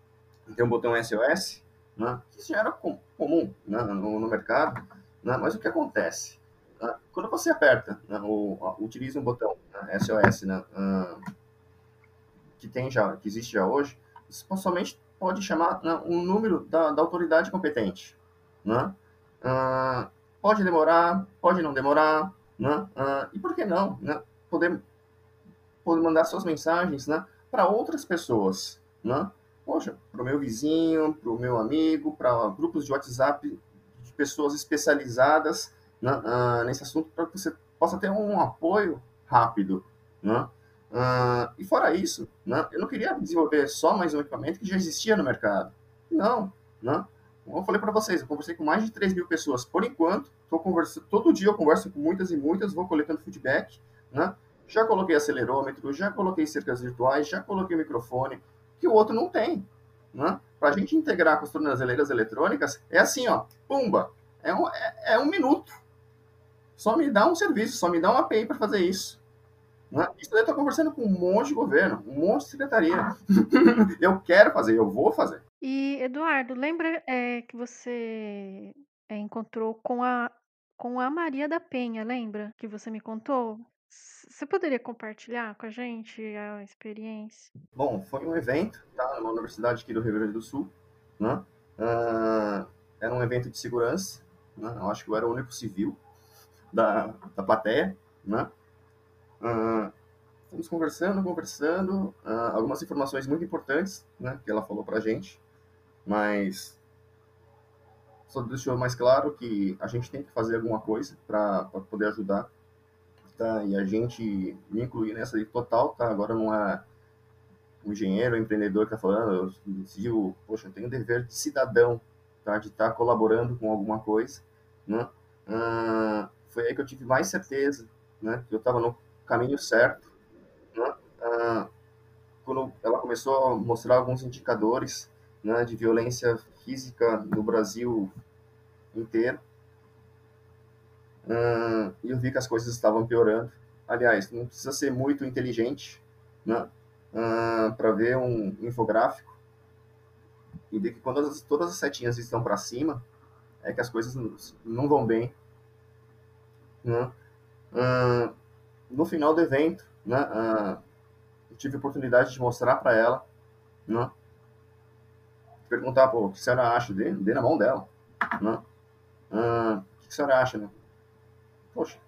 tem um botão S O S, né? Isso já era com, comum, né, no, no mercado, né? Mas o que acontece? Né? Quando você aperta, né, ou utiliza um botão, né, S O S, né, uh, que tem já, que existe já hoje, você somente pode chamar, né, um número da, da autoridade competente, né? Uh, pode demorar, pode não demorar, né? Uh, e por que não, né? Poder, poder mandar suas mensagens, né, para outras pessoas, né? Poxa, para o meu vizinho, para o meu amigo, para grupos de WhatsApp de pessoas especializadas, né, uh, nesse assunto, para que você possa ter um apoio rápido, né? Uh, e fora isso, né, eu não queria desenvolver só mais um equipamento que já existia no mercado. Não, né? Como eu falei para vocês, eu conversei com mais de três mil pessoas por enquanto. Tô conversando, todo dia eu converso com muitas e muitas, vou coletando feedback, né? Já coloquei acelerômetro, já coloquei cercas virtuais, já coloquei microfone, que o outro não tem, né? Para a gente integrar com as tornozeleiras eletrônicas, é assim, ó, pumba, é um, é, é um minuto. Só me dá um serviço, só me dá uma A P I para fazer isso. Né? Isso daí eu tô conversando com um monte de governo, um monte de secretaria. Eu quero fazer, eu vou fazer. E, Eduardo, lembra é, que você é, encontrou com a, com a Maria da Penha, lembra? Que você me contou? S- Você poderia compartilhar com a gente a experiência? Bom, foi um evento, tá? Numa universidade aqui do Rio Grande do Sul, né? Uh, era um evento de segurança, né? Eu acho que eu era o único civil da, da plateia, né? Uh, fomos conversando, conversando, uh, algumas informações muito importantes, né? Que ela falou pra gente, mas só deixou mais claro que a gente tem que fazer alguma coisa para poder ajudar, tá? E a gente me incluir nessa aí total, tá? Agora não é o engenheiro, o empreendedor que está falando, eu decidiu, poxa, eu tenho o dever de cidadão, tá? De estar tá colaborando com alguma coisa, né? Ah, foi aí que eu tive mais certeza, né? Que eu estava no caminho certo, né? Ah, quando ela começou a mostrar alguns indicadores, né, de violência física no Brasil inteiro, ah, e eu vi que as coisas estavam piorando. Aliás, não precisa ser muito inteligente, né? Ah, para ver um infográfico e ver que quando as, todas as setinhas estão para cima, é que as coisas não, não vão bem. Né? Uh, no final do evento, né, uh, eu tive a oportunidade de mostrar para ela, né, perguntar, pô, o que a senhora acha dele? Dei na mão dela. Né? Uh, o que a senhora acha? Né? Poxa,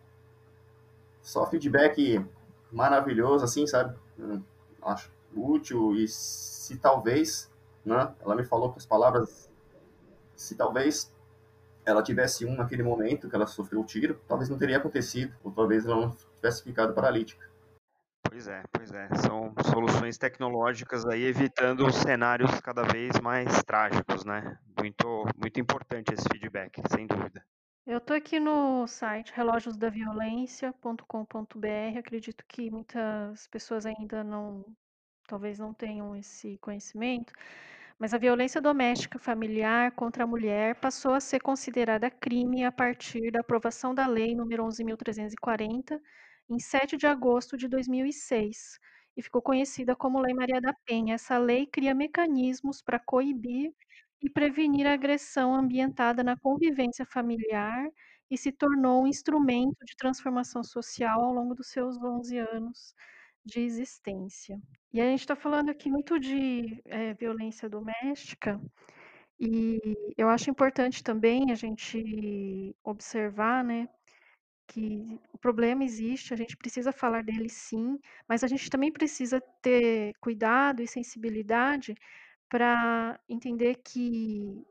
só feedback maravilhoso, assim, sabe? Uh, acho útil e se talvez, né, ela me falou com as palavras, se talvez ela tivesse um naquele momento que ela sofreu o tiro, talvez não teria acontecido, ou talvez ela não tivesse ficado paralítica. Pois é, pois é. São soluções tecnológicas aí evitando cenários cada vez mais trágicos, né? Muito, muito importante esse feedback, sem dúvida. Eu estou aqui no site relógios da violência ponto com ponto b r. Acredito que muitas pessoas ainda não, talvez não tenham esse conhecimento, mas a violência doméstica familiar contra a mulher passou a ser considerada crime a partir da aprovação da Lei número onze mil trezentos e quarenta, em sete de agosto de dois mil e seis, e ficou conhecida como Lei Maria da Penha. Essa lei cria mecanismos para coibir e prevenir a agressão ambientada na convivência familiar e se tornou um instrumento de transformação social ao longo dos seus onze anos de existência. E a gente está falando aqui muito de eh, violência doméstica, e eu acho importante também a gente observar, né, que o problema existe, a gente precisa falar dele sim, mas a gente também precisa ter cuidado e sensibilidade para entender que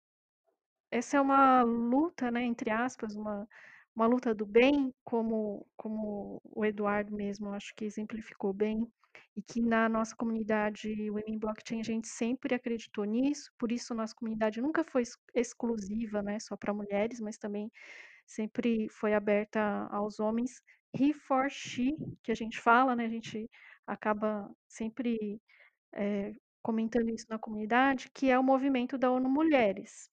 essa é uma luta, né, entre aspas, uma, uma luta do bem, como, como o Eduardo mesmo, acho que exemplificou bem, e que na nossa comunidade Women in Blockchain a gente sempre acreditou nisso, por isso nossa comunidade nunca foi ex- exclusiva, né, só para mulheres, mas também sempre foi aberta aos homens. He for she, que a gente fala, né, a gente acaba sempre é, comentando isso na comunidade, que é o movimento da ONU Mulheres.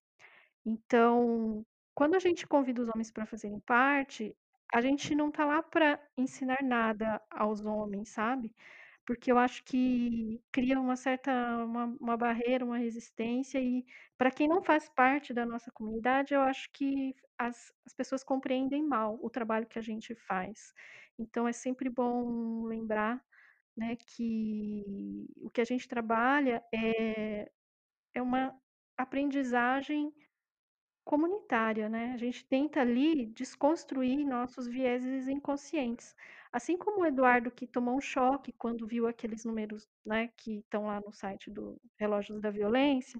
Então, quando a gente convida os homens para fazerem parte, a gente não está lá para ensinar nada aos homens, sabe? porque eu acho que cria uma certa uma uma barreira, uma resistência e para quem não faz parte da nossa comunidade, eu acho que as as pessoas compreendem mal o trabalho que a gente faz. Então é sempre bom lembrar, né, que o que a gente trabalha é é uma aprendizagem comunitária, né, a gente tenta ali desconstruir nossos vieses inconscientes. Assim como o Eduardo que tomou um choque quando viu aqueles números, né, que estão lá no site do Relógios da Violência,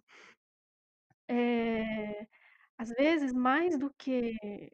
eh, às vezes mais do que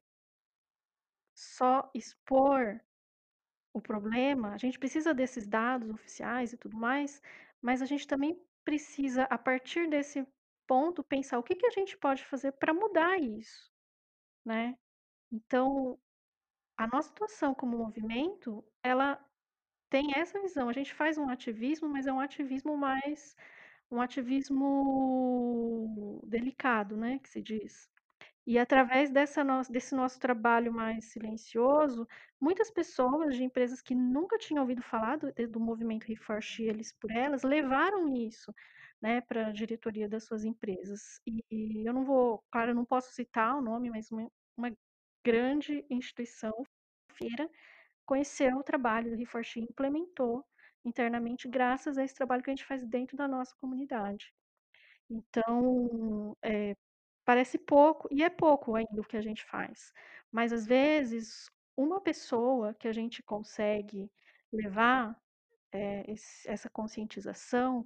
só expor o problema, a gente precisa desses dados oficiais e tudo mais, mas a gente também precisa, a partir desse ponto, pensar o que que a gente pode fazer para mudar isso, né. Então, a nossa atuação como movimento, ela tem essa visão, a gente faz um ativismo, mas é um ativismo mais um ativismo delicado, né, que se diz. E através dessa nossa desse nosso trabalho mais silencioso, muitas pessoas de empresas que nunca tinham ouvido falar do do movimento He for She, Eles por Elas, levaram isso, né, pra diretoria das suas empresas. E eu não vou claro, eu não posso citar o nome, mas uma uma grande instituição feira conheceu o trabalho do He for She e implementou internamente graças a esse trabalho que a gente faz dentro da nossa comunidade. Então, eh, parece pouco, e é pouco ainda o que a gente faz, mas às vezes uma pessoa que a gente consegue levar, eh, esse essa conscientização,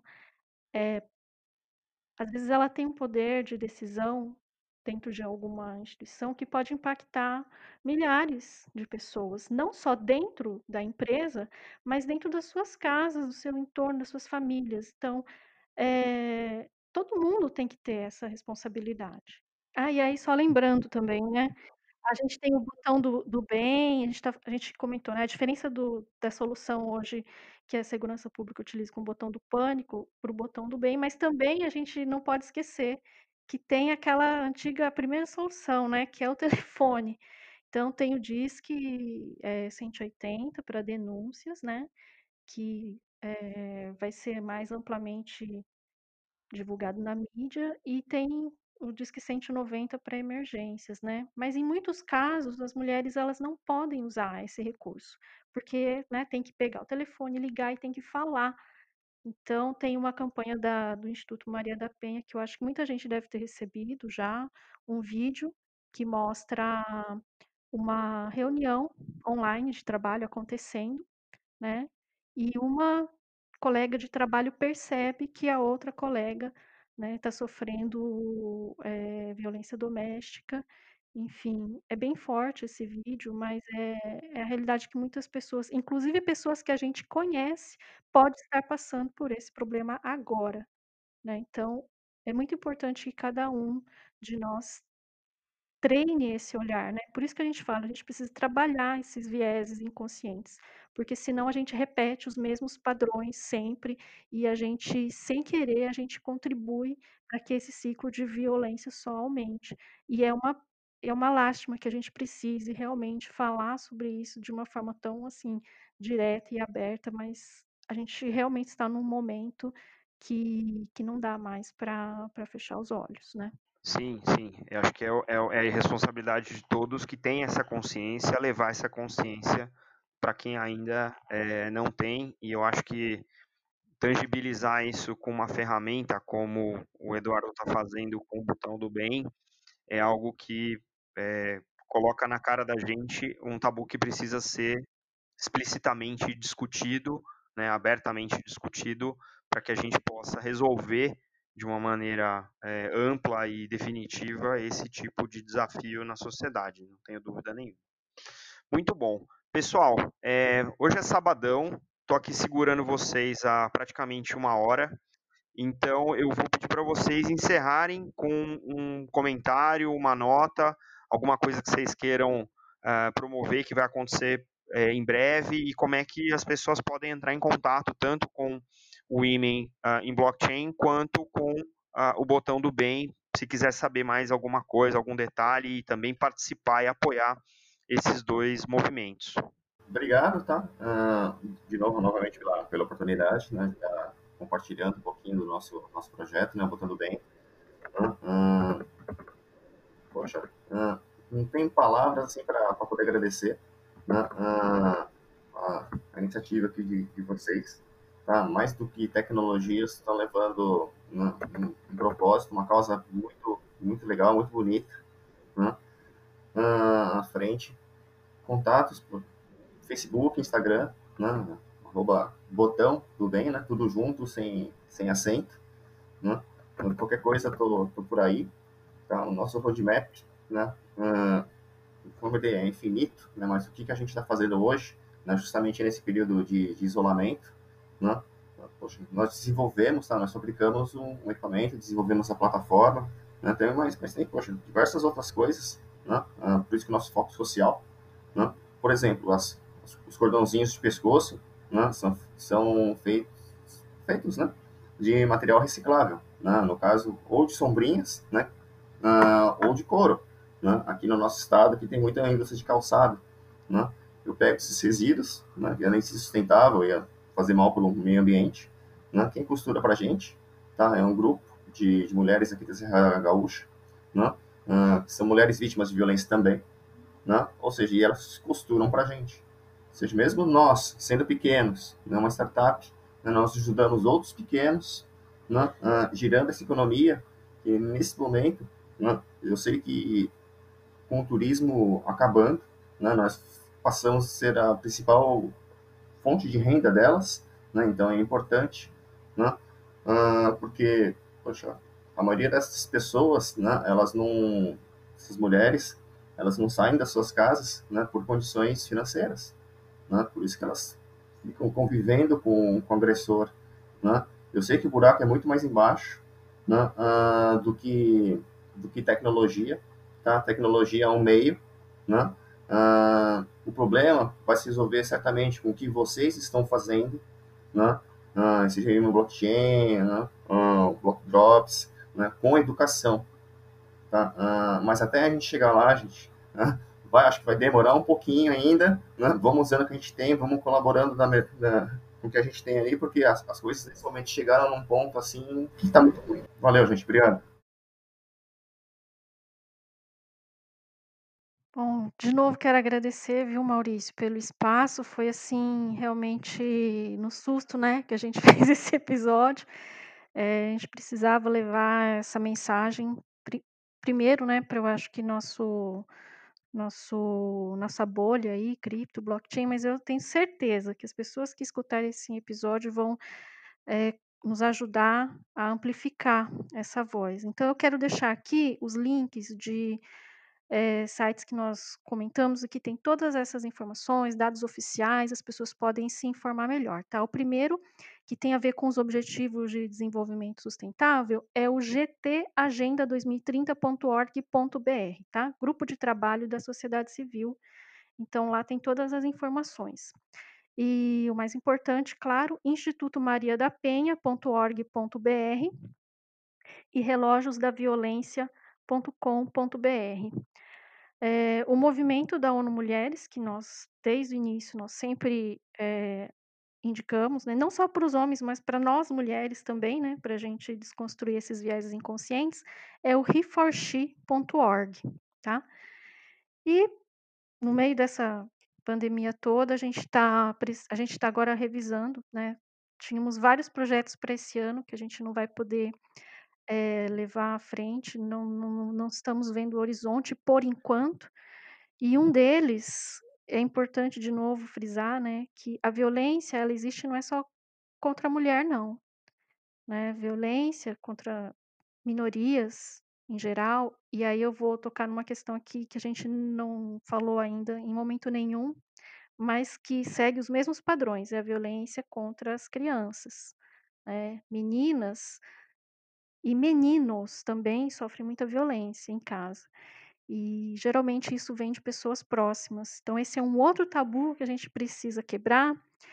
às vezes ela tem um poder de decisão dentro de alguma instituição que pode impactar milhares de pessoas, não só dentro da empresa, mas dentro das suas casas, do seu entorno, das suas famílias. Então, eh, todo mundo tem que ter essa responsabilidade. Ah, e aí só lembrando também, né, a gente tem o botão do do bem, a gente tá a gente comentou, né, a diferença do da solução hoje que a segurança pública utiliza com o botão do pânico, para o botão do bem, mas também a gente não pode esquecer que tem aquela antiga primeira solução, né, que é o telefone. Então tem o Disque, eh, cento e oitenta para denúncias, né, que, eh, vai ser mais amplamente divulgado na mídia, e tem o Disque cento e noventa para emergências, né. Mas em muitos casos as mulheres elas não podem usar esse recurso, porque, né, tem que pegar o telefone, ligar e tem que falar. Então tem uma campanha da do Instituto Maria da Penha, que eu acho que muita gente deve ter recebido já, um vídeo que mostra uma reunião online de trabalho acontecendo, né, e uma colega de trabalho percebe que a outra colega, né, está sofrendo, eh, violência doméstica, enfim, é bem forte esse vídeo, mas é é a realidade que muitas pessoas, inclusive pessoas que a gente conhece, pode estar passando por esse problema agora, né, então é muito importante que cada um de nós treine esse olhar, né, por isso que a gente fala, a gente precisa trabalhar esses vieses inconscientes, porque senão a gente repete os mesmos padrões sempre, e a gente, sem querer, a gente contribui para que esse ciclo de violência só aumente. E é uma é uma lástima que a gente precise realmente falar sobre isso de uma forma tão, assim, direta e aberta, mas a gente realmente está num momento que que não dá mais para pra fechar os olhos, né. Sim, sim. Eu acho que é, o- é, o- é a responsabilidade de todos que têm essa consciência, levar essa consciência para quem ainda eh, não tem, e eu acho que tangibilizar isso com uma ferramenta como o Eduardo está fazendo com o botão do bem é algo que eh, coloca na cara da gente um tabu que precisa ser explicitamente discutido, né, abertamente discutido, para que a gente possa resolver de uma maneira é, ampla e definitiva esse tipo de desafio na sociedade, não tenho dúvida nenhuma. Muito bom. Pessoal, é, hoje é sabadão, estou aqui segurando vocês há praticamente uma hora, então eu vou pedir para vocês encerrarem com um comentário, uma nota, alguma coisa que vocês queiram uh, promover que vai acontecer uh, em breve e como é que as pessoas podem entrar em contato tanto com o Women uh, em Blockchain quanto com uh, o botão do bem, se quiser saber mais alguma coisa, algum detalhe e também participar e apoiar esses dois movimentos. obrigado, tá? Ah, de novo, novamente, pela, pela oportunidade, né? De estar compartilhando um pouquinho do nosso, nosso projeto, né? Botando bem. Né? Ah, poxa, ah, não tem palavras assim para poder agradecer, né? Ah, a, a iniciativa aqui de, de vocês, tá? Mais do que tecnologias, estão levando né, um, um propósito, uma causa muito, muito legal, muito bonita, né? Ah, à frente. Contatos por Facebook, Instagram, né? Arroba botão do bem, né? Tudo junto, sem, sem acento, né? Então, qualquer coisa, tô, tô por aí, tá? O nosso roadmap, né? Ah, como eu falei, é infinito, né? Mas o que, que a gente está fazendo hoje, né? Justamente nesse período de, de isolamento, né? Poxa, nós desenvolvemos, tá? Nós fabricamos um, um equipamento, desenvolvemos a plataforma, né? Tem mais, mas tem, poxa, diversas outras coisas, né? Ah, por isso que o nosso foco social, né? Por exemplo, as, os cordãozinhos de pescoço, né? São, são feitos, feitos, né? De material reciclável, né? No caso, ou de sombrinhas, né? Ah, ou de couro, né? Aqui no nosso estado, aqui tem muita indústria de calçado, né? Eu pego esses resíduos, né? Que além de ser sustentável, ia fazer mal para o meio ambiente, né? Quem costura para a gente, tá? É um grupo de, de mulheres aqui da Serra Gaúcha, né? Ah, que são mulheres vítimas de violência também, né? Ou seja, e elas costuram para a gente. Ou seja, mesmo nós, sendo pequenos, né, uma startup, né, nós ajudamos outros pequenos, né, uh, girando essa economia, que nesse momento, né, eu sei que com o turismo acabando, né, nós passamos a ser a principal fonte de renda delas, né, então é importante, né, uh, porque, poxa, a maioria dessas pessoas, né, elas não, essas mulheres, elas não saem das suas casas, né, por condições financeiras, né, por isso que elas ficam convivendo com, com o agressor, né. Eu sei que o buraco é muito mais embaixo, né, uh, do que do que tecnologia, tá? Tecnologia é um meio, né? Uh, o problema vai se resolver certamente com o que vocês estão fazendo, né? Uh, seja no blockchain, né? Uh, block drops, né? Com educação, tá? Uh, mas até a gente chegar lá, gente, né? Vai, acho que vai demorar um pouquinho ainda, né? Vamos usando o que a gente tem, vamos colaborando na, na, com o que a gente tem ali, porque as, as coisas nesse momento chegaram num ponto assim que está muito ruim. Valeu, gente, obrigado. Bom, de novo quero agradecer, viu, Maurício, pelo espaço. Foi assim, realmente no susto, né, que a gente fez esse episódio. É, a gente precisava levar essa mensagem pri- primeiro, né, para eu acho que nosso nosso nossa bolha aí, cripto, blockchain, mas eu tenho certeza que as pessoas que escutarem esse episódio vão é, nos ajudar a amplificar essa voz. Então eu quero deixar aqui os links de é, sites que nós comentamos, aqui tem todas essas informações, dados oficiais, as pessoas podem se informar melhor, tá? O primeiro, que tem a ver com os Objetivos de Desenvolvimento Sustentável, é o g t agenda dois mil e trinta ponto org ponto b r, tá? Grupo de Trabalho da Sociedade Civil. Então, lá tem todas as informações. E o mais importante, claro, instituto maria da penha ponto org ponto b r e relógios da violência ponto com ponto b r. É, o movimento da ONU Mulheres, que nós, desde o início, nós sempre é, indicamos, né, não só para os homens, mas para nós mulheres também, né, para a gente desconstruir esses vieses inconscientes, é o he for she ponto org, tá? E no meio dessa pandemia toda, a gente está a gente está agora revisando, né? Tínhamos vários projetos para esse ano que a gente não vai poder é, levar à frente, não, não, não estamos vendo o horizonte por enquanto. E um deles, é importante de novo frisar, né, que a violência ela existe não é só contra a mulher não, né, violência contra minorias em geral, e aí eu vou tocar numa questão aqui que a gente não falou ainda em momento nenhum, mas que segue os mesmos padrões, é a violência contra as crianças, né, meninas e meninos também sofrem muita violência em casa. E geralmente isso vem de pessoas próximas. Então, esse é um outro tabu que a gente precisa quebrar.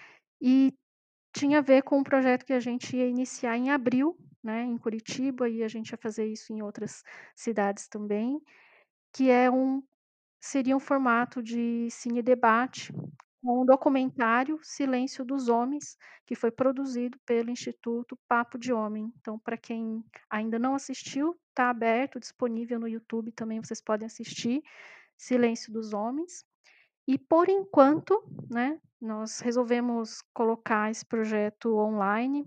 E tinha a ver com um projeto que a gente ia iniciar em abril, né, em Curitiba, e a gente ia fazer isso em outras cidades também, que é um seria um formato de cine debate um documentário, Silêncio dos Homens, que foi produzido pelo Instituto Papo de Homem. Então, para quem ainda não assistiu, está aberto, disponível no YouTube também, vocês podem assistir, Silêncio dos Homens. E, por enquanto, né, nós resolvemos colocar esse projeto online.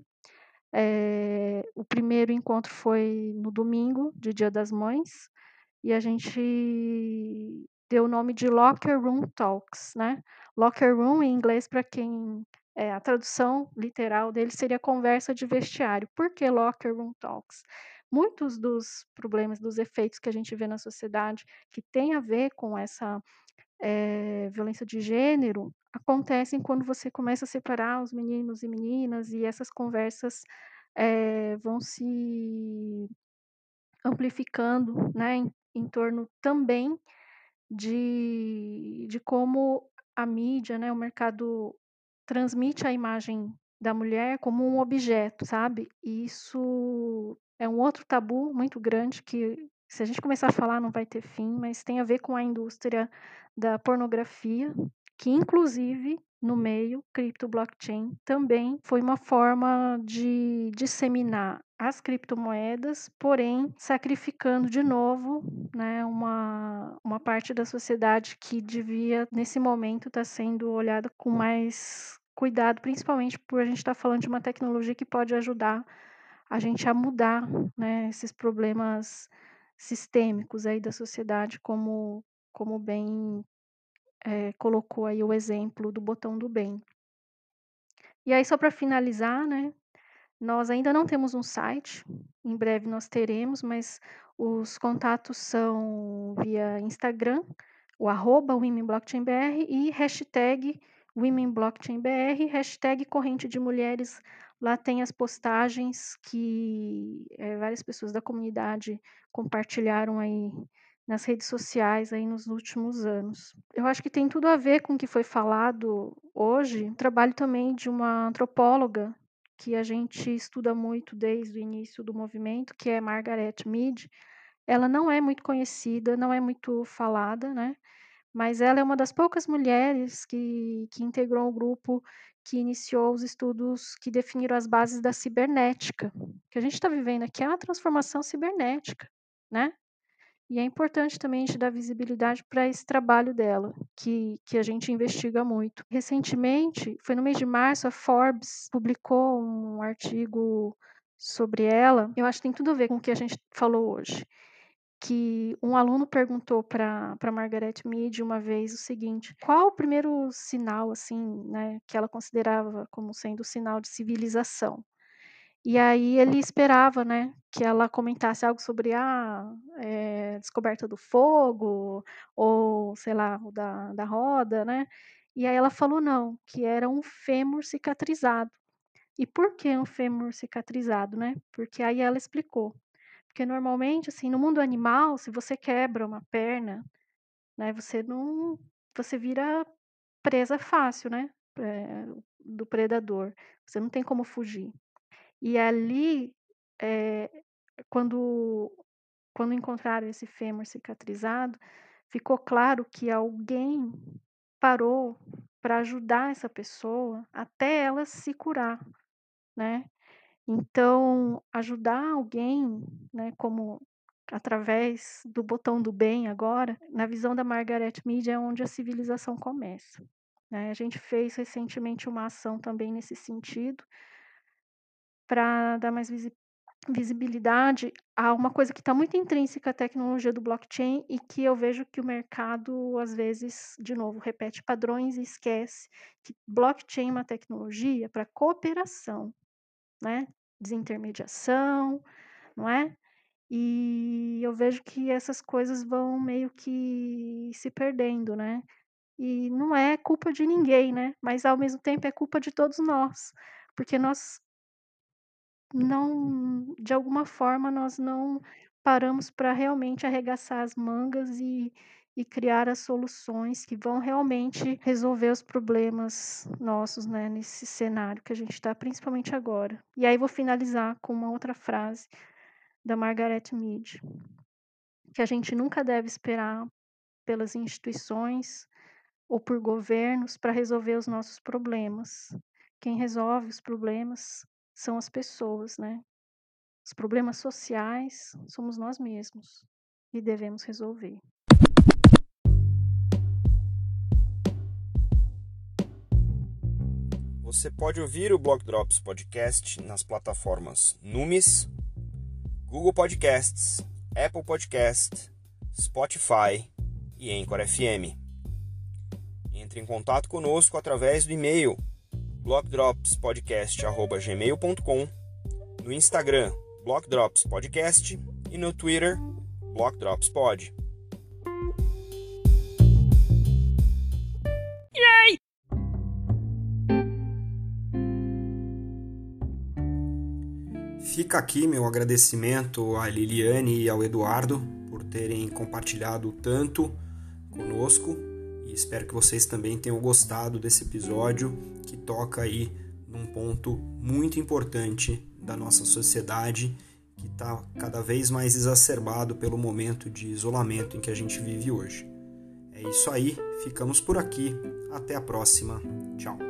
É, o primeiro encontro foi no domingo, de Dia das Mães, e a gente deu o nome de Locker Room Talks, né? Locker Room, em inglês, para quem... É, a tradução literal dele seria conversa de vestiário. Por que Locker Room Talks? Muitos dos problemas, dos efeitos que a gente vê na sociedade, que tem a ver com essa é, violência de gênero, acontecem quando você começa a separar os meninos e meninas, e essas conversas é, vão se amplificando, né, em, em torno também de, de como a mídia, né, o mercado transmite a imagem da mulher como um objeto, sabe? E isso é um outro tabu muito grande que, se a gente começar a falar, não vai ter fim, mas tem a ver com a indústria da pornografia, que inclusive no meio cripto blockchain também foi uma forma de disseminar as criptomoedas, porém sacrificando de novo, né, uma, uma parte da sociedade que devia, nesse momento, estar sendo olhada com mais cuidado, principalmente por a gente estar falando de uma tecnologia que pode ajudar a gente a mudar, né, esses problemas sistêmicos aí da sociedade, como, como bem é, colocou aí o exemplo do botão do bem. E aí, só para finalizar, né, nós ainda não temos um site, em breve nós teremos, mas os contatos são via Instagram, o arroba WomenBlockchainBR e hashtag WomenBlockchainBR, hashtag Corrente de Mulheres. Lá tem as postagens que é, várias pessoas da comunidade compartilharam aí nas redes sociais aí nos últimos anos. Eu acho que tem tudo a ver com o que foi falado hoje, o trabalho também de uma antropóloga que a gente estuda muito desde o início do movimento, que é Margaret Mead. Ela não é muito conhecida, não é muito falada, né? Mas ela é uma das poucas mulheres que, que integrou o grupo que iniciou os estudos que definiram as bases da cibernética. O que a gente está vivendo aqui é uma transformação cibernética, né? E é importante também a gente dar visibilidade para esse trabalho dela, que, que a gente investiga muito. Recentemente, foi no mês de março, a Forbes publicou um artigo sobre ela. Eu acho que tem tudo a ver com o que a gente falou hoje. Que um aluno perguntou para a Margaret Mead uma vez o seguinte: qual o primeiro sinal, assim, né, que ela considerava como sendo o sinal de civilização? E aí ele esperava, né, que ela comentasse algo sobre a é, descoberta do fogo, ou sei lá, o da, da roda, né? E aí ela falou não, que era um fêmur cicatrizado. E por que um fêmur cicatrizado, né? Porque aí ela explicou. Porque normalmente, assim, no mundo animal, se você quebra uma perna, né, você não, você vira presa fácil, né, é, do predador. Você não tem como fugir. E ali, é, quando, quando encontraram esse fêmur cicatrizado, ficou claro que alguém parou para ajudar essa pessoa até ela se curar, né? Então, ajudar alguém, né, como através do botão do bem agora, na visão da Margaret Mead, é onde a civilização começa. Né? A gente fez recentemente uma ação também nesse sentido, para dar mais visi visibilidade a uma coisa que está muito intrínseca à tecnologia do blockchain e que eu vejo que o mercado, às vezes, de novo, repete padrões e esquece que blockchain é uma tecnologia para cooperação, né? Desintermediação, não é? E eu vejo que essas coisas vão meio que se perdendo, né? E não é culpa de ninguém, né? Mas ao mesmo tempo é culpa de todos nós, porque nós não, de alguma forma, nós não paramos para realmente arregaçar as mangas e, e criar as soluções que vão realmente resolver os problemas nossos, né, nesse cenário que a gente está, principalmente agora. E aí vou finalizar com uma outra frase da Margaret Mead, que a gente nunca deve esperar pelas instituições ou por governos para resolver os nossos problemas. Quem resolve os problemas são as pessoas, né? Os problemas sociais somos nós mesmos e devemos resolver. Você pode ouvir o Block Drops Podcast nas plataformas Numis, Google Podcasts, Apple Podcast, Spotify e Anchor F M. Entre em contato conosco através do e-mail block drops podcast arroba gmail ponto com, no Instagram Block Drops Podcast e no Twitter Block Drops Pod. Yay! Fica aqui meu agradecimento à Liliane e ao Eduardo por terem compartilhado tanto conosco e espero que vocês também tenham gostado desse episódio que toca aí num ponto muito importante da nossa sociedade que está cada vez mais exacerbado pelo momento de isolamento em que a gente vive hoje. É isso aí, ficamos por aqui, até a próxima, tchau.